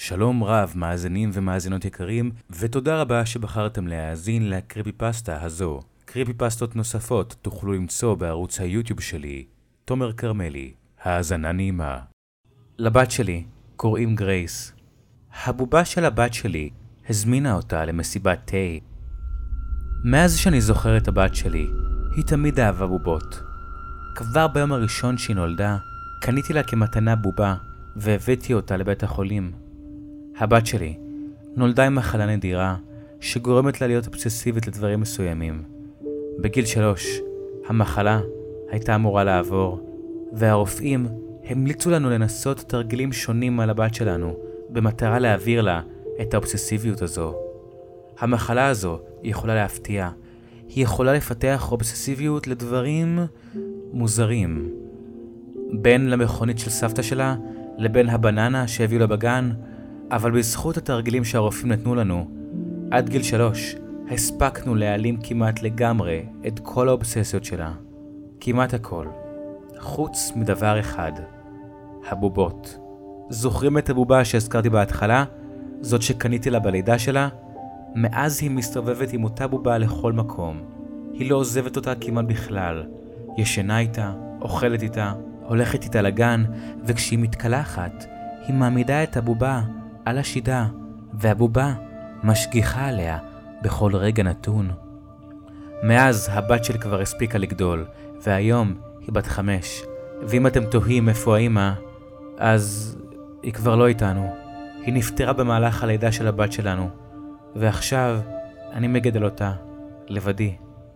שלום רב מאזינים ומאזינות יקרים, ותודה רבה שבחרתם להאזין לקריפיפסטה הזו. קריפיפסטות נוספות תוכלו למצוא בערוץ היוטיוב שלי, תומר קרמלי. האזנה נעימה. לבת שלי קוראים גרייס. הבובה של הבת שלי הזמינה אותה למסיבת תה. מאז שאני זוכר את הבת שלי, היא תמיד אהבה בובות. כבר ביום הראשון שהיא נולדה, קניתי לה כמתנה בובה, והבאתי אותה לבית החולים. הבת שלי נולדה עם מחלה נדירה שגורמת לה להיות אובססיבית לדברים מסוימים. בגיל 3 המחלה הייתה אמורה לעבור, והרופאים המליצו לנו לנסות תרגילים שונים על הבת שלנו במטרה להעביר לה את האובססיביות הזו. המחלה הזו יכולה להפתיע. היא יכולה לפתח אובססיביות לדברים מוזרים. בין למכונית של סבתא שלה לבין הבננה שהביאו לה בגן, אבל בזכות התרגילים שהרופאים נתנו לנו, עד גיל 3 הספקנו להעלים כמעט לגמרי את כל האובססיות שלה. כמעט הכל. חוץ מדבר אחד. הבובות. זוכרים את הבובה שהזכרתי בהתחלה? זאת שקניתי לה בלידה שלה? מאז היא מסתובבת עם אותה בובה לכל מקום. היא לא עוזבת אותה כמעט בכלל. ישנה איתה, אוכלת איתה, הולכת איתה לגן, וכשהיא מתקלחת, היא מעמידה את הבובה על השידה, והבובה משגיחה עליה בכל רגע נתון. מאז הבת שלי כבר הספיקה לגדול, והיום היא בת 5, ואם אתם תוהים איפה האמא, אז היא כבר לא איתנו. היא נפטרה במהלך הלידה של הבת שלנו, ועכשיו אני מגדל אותה לבדי.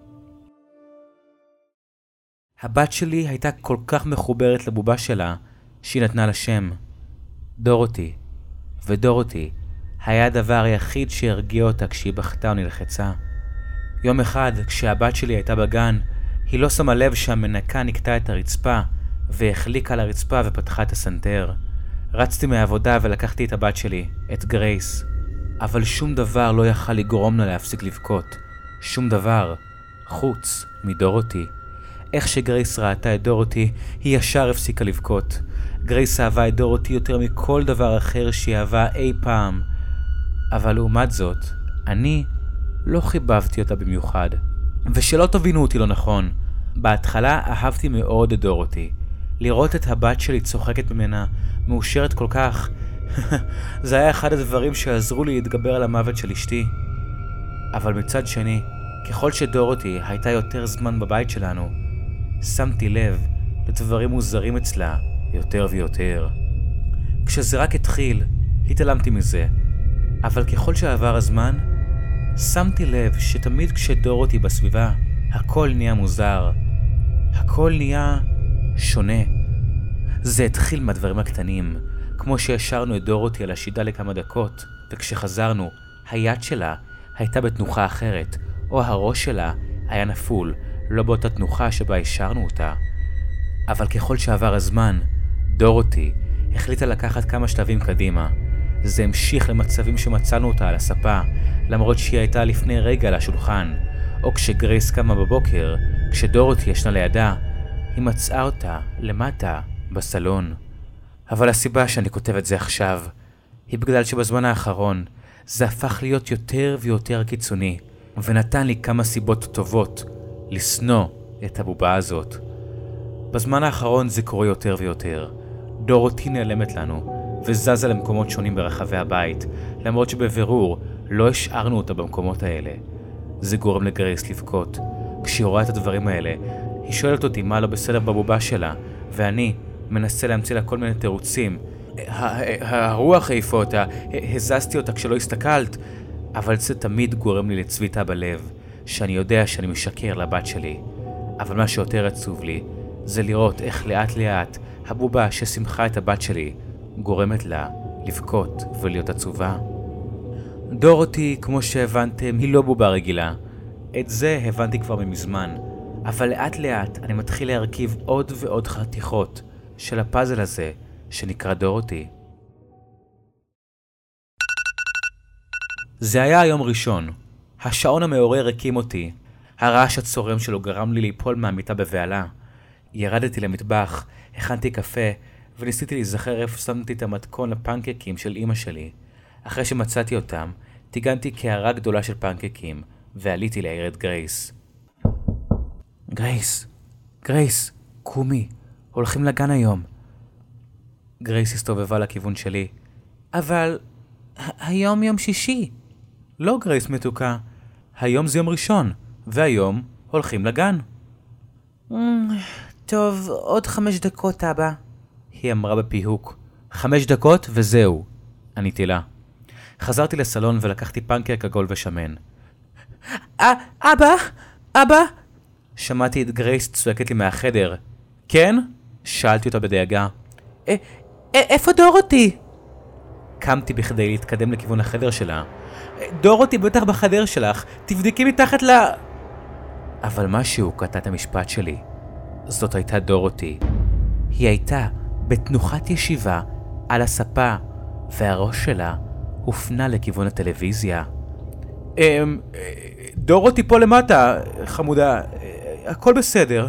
הבת שלי הייתה כל כך מחוברת לבובה שלה, שהיא נתנה לה שם, דורותי. ודורותי היה הדבר היחיד שהרגיע אותה כשהיא בכתה או נלחצה. יום אחד, כשהבת שלי הייתה בגן, היא לא שמה לב שהמנקה נקטה את הרצפה, והחליקה על הרצפה ופתחה את הסנטר. רצתי מהעבודה ולקחתי את הבת שלי, את גרייס. אבל שום דבר לא יכל לגרום לה להפסיק לבכות. שום דבר, חוץ מדורותי. איך שגרייס ראתה את דורותי, היא ישר הפסיקה לבכות. גרייס אהבה את דורותי יותר מכל דבר אחר שהיא אהבה אי פעם. אבל לעומת זאת, אני לא חיבבתי אותה במיוחד. ושלא תבינו אותי לא נכון, בהתחלה אהבתי מאוד את דורותי. לראות את הבת שלי צוחקת ממנה, מאושרת כל כך, זה היה אחד הדברים שעזרו לי להתגבר על המוות של אשתי. אבל מצד שני, ככל שדורותי הייתה יותר זמן בבית שלנו, שמתי לב לדברים מוזרים אצלה יותר ויותר. כשזה רק התחיל, התעלמתי מזה, אבל ככל שעבר הזמן, שמתי לב שתמיד כשדורותי בסביבה, הכל נהיה מוזר. הכל נהיה שונה. זה התחיל מהדברים הקטנים, כמו שישרנו את דורותי על השידה לכמה דקות, וכשחזרנו, היד שלה הייתה בתנוחה אחרת, או הראש שלה היה נפול, לא באותה תנוחה שבה השארנו אותה. אבל ככל שעבר הזמן, דורותי החליטה לקחת כמה שלבים קדימה. זה המשיך למצבים שמצאנו אותה על הספה, למרות שהיא הייתה לפני רגע על השולחן, או כשגרייס קמה בבוקר, כשדורותי ישנה לידה, היא מצאה אותה למטה בסלון. אבל הסיבה שאני כותב את זה עכשיו, היא בגלל שבזמן האחרון זה הפך להיות יותר ויותר קיצוני, ונתן לי כמה סיבות טובות לשנוא את הבובה הזאת. בזמן האחרון זה קורה יותר ויותר. דורותי נעלמת לנו, וזזה למקומות שונים ברחבי הבית, למרות שבבירור לא השארנו אותה במקומות האלה. זה גורם לגרייס לבכות. כשהיא רואה את הדברים האלה, היא שואלת אותי מה לא בסדר בבובה שלה, ואני מנסה להמציא לה כל מיני תירוצים. הרוח העיפה אותה, הזזתי אותה כשלא הסתכלת, אבל זה תמיד גורם לי לצביטה בלב, שאני יודע שאני משקר לבת שלי. אבל מה שיותר עצוב לי, זה לראות איך לאט לאט הבובה ששמחה את הבת שלי גורמת לה לבכות ולהיות עצובה. דורותי, כמו שהבנתם, היא לא בובה רגילה. את זה הבנתי כבר ממזמן, אבל לאט לאט אני מתחיל להרכיב עוד ועוד חתיכות של הפאזל הזה שנקרא דורותי. זה היה היום ראשון. השעון המעורר הקים אותי. הרעש הצורם שלו גרם לי ליפול מהמיטה בבעלה. ירדתי למטבח, הכנתי קפה, וניסיתי להיזכר איפה שמתי את המתכון לפנקקים של אמא שלי. אחרי שמצאתי אותם, טיגנתי קערה גדולה של פנקקים, ועליתי להעיר את גרייס. גרייס, קומי, הולכים לגן היום. גרייס הסתובבה לכיוון שלי. אבל היום יום שישי. לא, גרייס מתוקה, היום זה יום ראשון, והיום הולכים לגן. טוב, עוד 5 דקות, אבא. היא אמרה בפיהוק. 5 דקות וזהו. עניתי לה. חזרתי לסלון ולקחתי פנקק עגול ושמן. אבא? שמעתי את גרייס צועקת לי מהחדר. כן? שאלתי אותה בדאגה. איפה דורותי? קמתי בכדי להתקדם לכיוון החדר שלה. דורותי בטח בחדר שלך, תבדקי מתחת אבל משהו קטע את המשפט שלי. זאת הייתה דורותי. היא הייתה בתנוחת ישיבה על הספה, והראש שלה הופנה לכיוון הטלוויזיה. דורותי פה למטה, חמודה, הכל בסדר.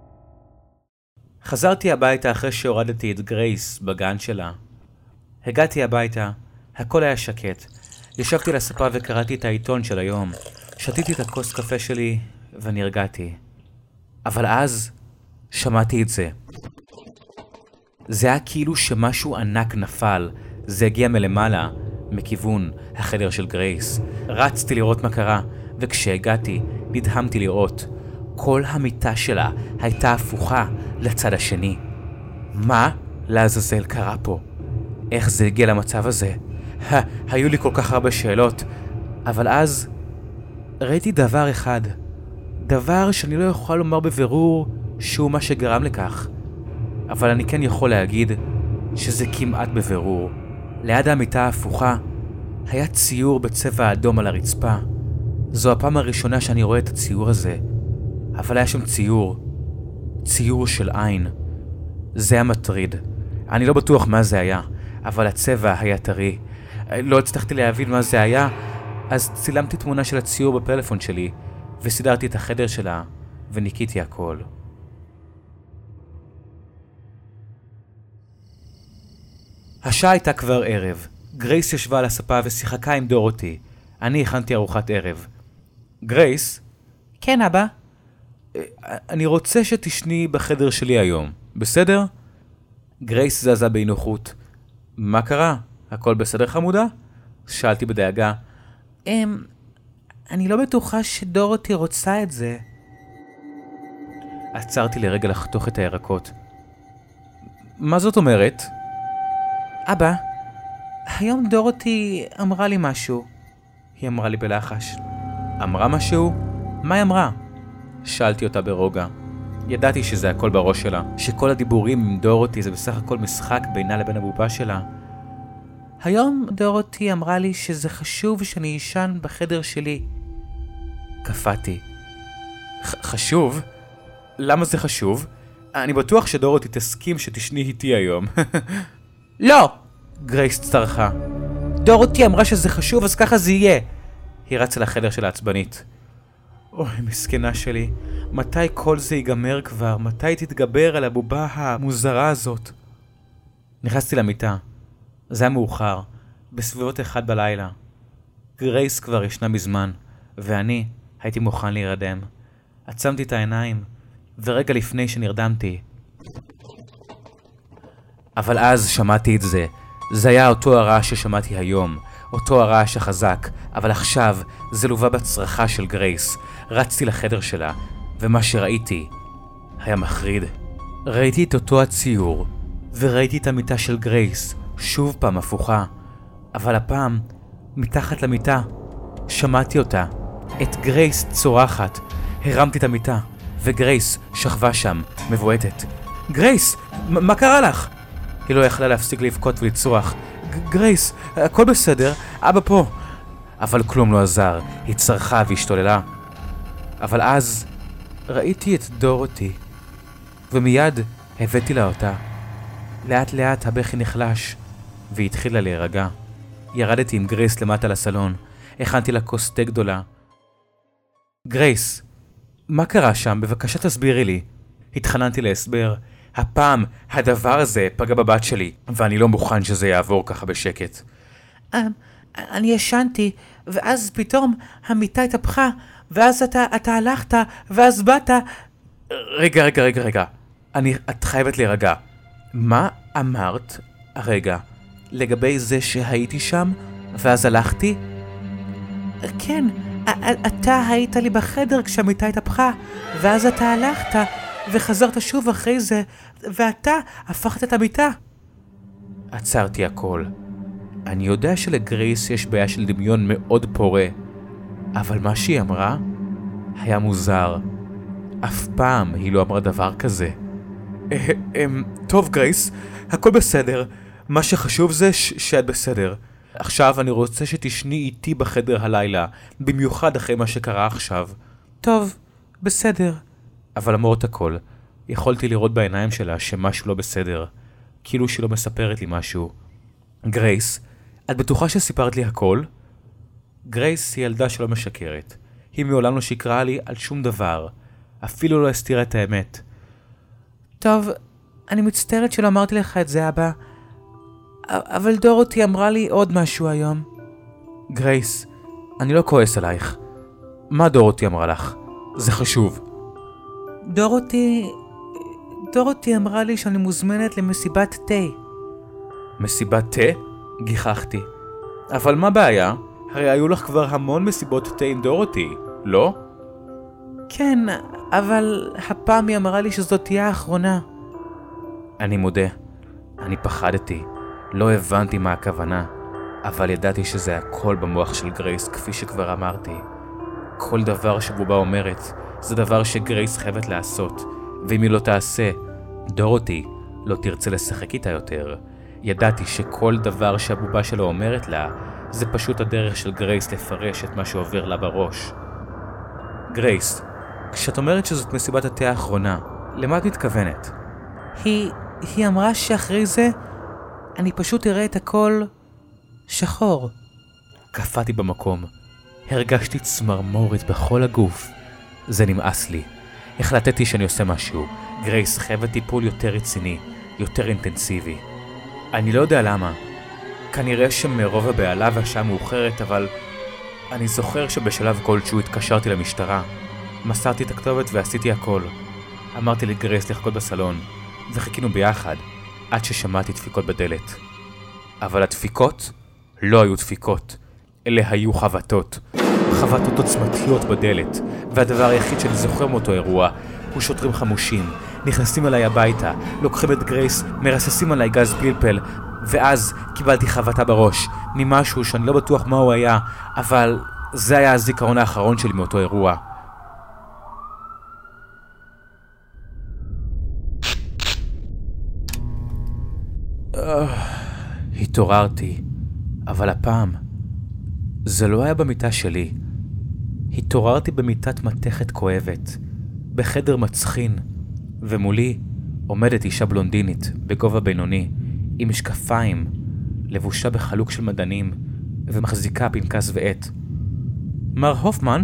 חזרתי הביתה אחרי שהורדתי את גרייס בגן שלה. הגעתי הביתה, הכל היה שקט. ישבתי על הספה וקראתי את העיתון של היום. שתיתי את הכוס קפה שלי ונרגעתי. אבל אז שמעתי את זה. זה היה כאילו שמשהו ענק נפל. זה הגיע מלמעלה, מכיוון החדר של גרייס. רצתי לראות מה קרה, וכשהגעתי נדהמתי לראות. כל המיטה שלה הייתה הפוכה לצד השני. מה לעזאזל קרה פה? איך זה הגיע למצב הזה? היו לי כל כך הרבה שאלות, אבל אז ראיתי דבר אחד. דבר שאני לא יכול לומר בבירור שהוא מה שגרם לכך. אבל אני כן יכול להגיד שזה כמעט בבירור. ליד המיטה ההפוכה היה ציור בצבע אדום על הרצפה. זו הפעם הראשונה שאני רואה את הציור הזה. אבל היה שם ציור של עין. זה היה מטריד. אני לא בטוח מה זה היה, אבל הצבע היה טרי. לא הצלחתי להבין מה זה היה, אז צילמתי תמונה של הציור בפלאפון שלי, וסידרתי את החדר שלה, וניקיתי הכל. השעה הייתה כבר ערב. גרייס ישבה על הספה ושיחקה עם דורותי. אני הכנתי ארוחת ערב. גרייס? כן, אבא? אני רוצה שתשני בחדר שלי היום, בסדר? גרייס זזה באי-נוחות. מה קרה? הכל בסדר, חמודה? שאלתי בדאגה. אני לא בטוחה שדורותי רוצה את זה. עצרתי לרגע לחתוך את הירקות. מה זאת אומרת? אבא, היום דורותי אמרה לי משהו. היא אמרה לי בלחש. אמרה משהו? מה היא אמרה? שאלתי אותה ברוגע. ידעתי שזה הכל בראש שלה, שכל הדיבורים עם דורותי זה בסך הכל משחק בינה לבין הבובה שלה. היום דורותי אמרה לי שזה חשוב שאני אשן בחדר שלי. קפאתי. חשוב? למה זה חשוב? אני בטוח שדורותי תסכים שתשני איתי היום. לא! גרייס צרחה. דורותי אמרה שזה חשוב, אז ככה זה יהיה. היא רצה לחדר של העצבנית. אוי, מסכנה שלי. מתי כל זה ייגמר כבר? מתי תתגבר על הבובה המוזרה הזאת? נכנסתי למיטה. זה היה מאוחר, בסביבות 1 בלילה. גרייס כבר ישנה מזמן, ואני הייתי מוכן להירדם. עצמתי את העיניים, ורגע לפני שנרדמתי. אבל אז שמעתי את זה. זה היה אותו הרעש ששמעתי היום, אותו הרעש החזק, אבל עכשיו זה לובה בצרחה של גרייס. רצתי לחדר שלה, ומה שראיתי היה מחריד. ראיתי את אותו הציור, וראיתי את המיטה של גרייס, שוב פעם הפוכה, אבל הפעם מתחת למיטה שמעתי אותה, את גרייס צורחת. הרמתי את המיטה, וגרייס שכבה שם, מבועטת. גרייס, מה קרה לך? היא לא יכלה להפסיק לבכות ולצרוח. גרייס, הכל בסדר, אבא פה. אבל כלום לא עזר, היא צרחה והשתוללה. אבל אז ראיתי את דורותי, ומיד הבאתי לה אותה. לאט לאט הבכי נחלש, והיא התחילה להירגע. ירדתי עם גרייס למטה לסלון, הכנתי לה כוס תה גדולה. גרייס, מה קרה שם? בבקשה תסבירי לי. התחננתי להסבר. הפעם הדבר הזה פגע בבת שלי, ואני לא מוכן שזה יעבור ככה בשקט. אני ישנתי, ואז פתאום המיטה התהפכה, ואז אתה הלכת, ואז באת... רגע. את חייבת להירגע. מה אמרת הרגע לגבי זה שהייתי שם, ואז הלכתי? כן, אתה היית לי בחדר כשהמיטה התהפכה, ואז אתה הלכת, וחזרת שוב אחרי זה, ואתה הפכת את המיטה. עצרתי הכל. אני יודע שלגרייס יש בעיה של דמיון מאוד פורה, אבל מה שהיא אמרה היה מוזר. אף פעם היא לא אמרה דבר כזה. טוב גרייס, הכל בסדר. מה שחשוב זה שאת בסדר. עכשיו אני רוצה שתשני איתי בחדר הלילה, במיוחד אחרי מה שקרה עכשיו. טוב, בסדר. אבל למרות הכל, יכולתי לראות בעיניים שלה שמשהו לא בסדר. כאילו שהיא לא מספרת לי משהו. גרייס, את בטוחה שסיפרת לי הכל? גרייס היא ילדה שלא משקרת. היא מעולם לא שקרה לי על שום דבר. אפילו לא הסתירה את האמת. טוב, אני מצטערת שלא אמרתי לך את זה, אבא. אבל דורותי אמרה לי עוד משהו היום. גרייס, אני לא כועס עלייך. מה דורותי אמרה לך? זה חשוב. דורותי אמרה לי שאני מוזמנת למסיבת תה. מסיבת תה? גיחכתי. אבל מה בעיה? הרי היו לך כבר המון מסיבות תה עם דורותי, לא? כן, אבל הפעם היא אמרה לי שזאת תהיה האחרונה. אני מודה, אני פחדתי. לא הבנתי מה הכוונה, אבל ידעתי שזה הכל במוח של גרייס, כפי שכבר אמרתי. כל דבר שבובה אומרת, זה דבר שגרייס חייבת לעשות, ואם היא לא תעשה, דורותי לא תרצה לשחק איתה יותר. ידעתי שכל דבר שהבובה שלו אומרת לה, זה פשוט הדרך של גרייס לפרש את מה שעובר לה בראש. גרייס, כשאת אומרת שזאת מסיבת התה האחרונה, למה את מתכוונת? היא אמרה שאחרי זה אני פשוט אראה את הכל שחור. קפאתי במקום. הרגשתי צמרמורת בכל הגוף. זה נמאס לי. החלטתי שאני עושה משהו. גרייס חייבת טיפול יותר רציני, יותר אינטנסיבי. אני לא יודע למה. כנראה שמרוב הבעלה והשעה מאוחרת, אבל אני זוכר שבשלב כלשהו התקשרתי למשטרה. מסרתי את הכתובת ועשיתי הכל. אמרתי לגרייס לחכות בסלון, וחיכינו ביחד, עד ששמעתי דפיקות בדלת. אבל הדפיקות לא היו דפיקות. אלה היו חבטות. חבטות עוצמתיות בדלת, והדבר היחיד שאני זוכר מאותו אירוע הוא שוטרים חמושים, נכנסים אליי הביתה, לוקחים את גרייס, מרססים עליי גז פלפל, ואז קיבלתי חבטה בראש, ממשהו שאני לא בטוח מה הוא היה, אבל זה היה הזיכרון האחרון שלי מאותו אירוע. התעוררתי, אבל הפעם זה לא היה במיטה שלי. התעוררתי במיטת מתכת כואבת, בחדר מצחין, ומולי עומדת אישה בלונדינית בגובה בינוני, עם משקפיים, לבושה בחלוק של מדענים, ומחזיקה פנקס ועט. מר הופמן?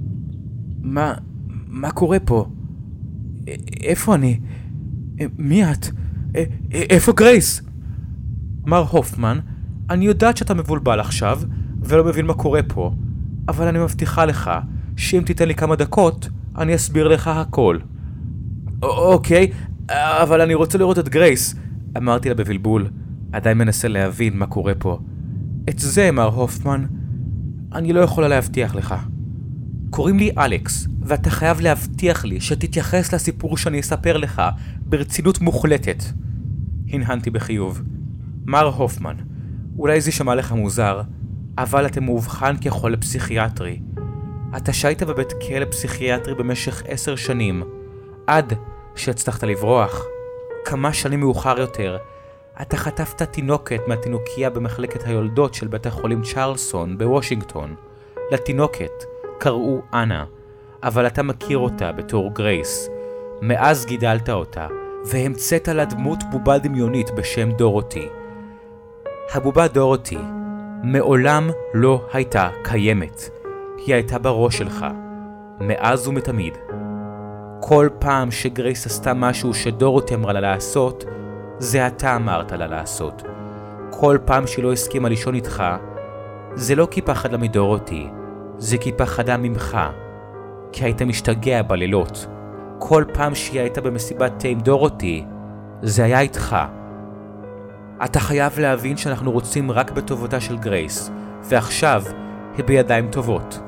מה קורה פה? איפה אני? מי את? איפה גרייס? מר הופמן, אני יודעת שאתה מבולבל עכשיו, ולא מבין מה קורה פה, אבל אני מבטיחה לך, שאם תיתן לי כמה דקות, אני אסביר לך הכל. אוקיי, אבל אני רוצה לראות את גרייס, אמרתי לה בבלבול, עדיין מנסה להבין מה קורה פה. את זה, מר הופמן, אני לא יכולה להבטיח לך. קוראים לי אלכס, ואתה חייב להבטיח לי שתתייחס לסיפור שאני אספר לך ברצינות מוחלטת. הנהנתי בחיוב. מר הופמן, אולי זה שמע לך מוזר, אבל אתה מאובחן כחולה פסיכיאטרי. אתה שהית בבית כלא פסיכיאטרי במשך 10 שנים, עד שהצלחת לברוח. כמה שנים מאוחר יותר, אתה חטפת תינוקת מהתינוקיה במחלקת היולדות של בית החולים צ'רלסון בוושינגטון. לתינוקת קראו אנה, אבל אתה מכיר אותה בתור גרייס. מאז גידלת אותה, והמצאת לה דמות בובה דמיונית בשם דורותי. הבובה דורותי מעולם לא הייתה קיימת. היא הייתה בראש שלך, מאז ומתמיד. כל פעם שגרייס עשתה משהו שדורותי אמרה לה לעשות, זה אתה אמרת לה לעשות. כל פעם שהיא לא הסכימה לישון איתך, זה לא כי פחדה מדורותי, זה כי פחדה ממך. כי היית משתגע בלילות. כל פעם שהיא הייתה במסיבת תה עם דורותי, זה היה איתך. אתה חייב להבין שאנחנו רוצים רק בטובתה של גרייס, ועכשיו היא בידיים טובות.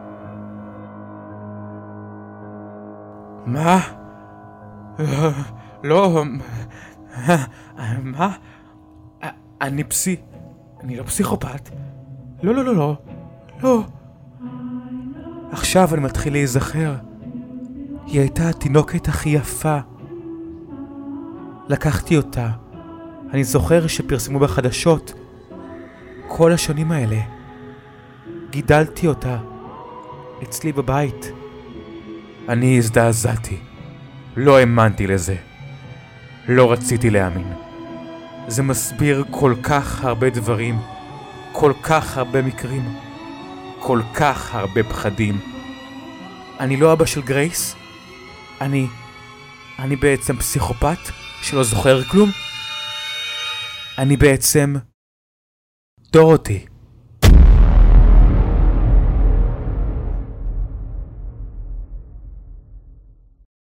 מה? לא... מה? אני לא פסיכופת. לא. עכשיו אני מתחיל להיזכר. היא הייתה התינוקת הכי יפה. לקחתי אותה. אני זוכר שפרסמו בחדשות. כל השנים האלה. גידלתי אותה. אצלי בבית. אני הזדעזעתי. לא האמנתי לזה. לא רציתי להאמין. זה מסביר כל כך הרבה דברים. כל כך הרבה מקרים. כל כך הרבה פחדים. אני לא אבא של גרייס? אני בעצם פסיכופת שלא זוכר כלום? אני בעצם דורותי.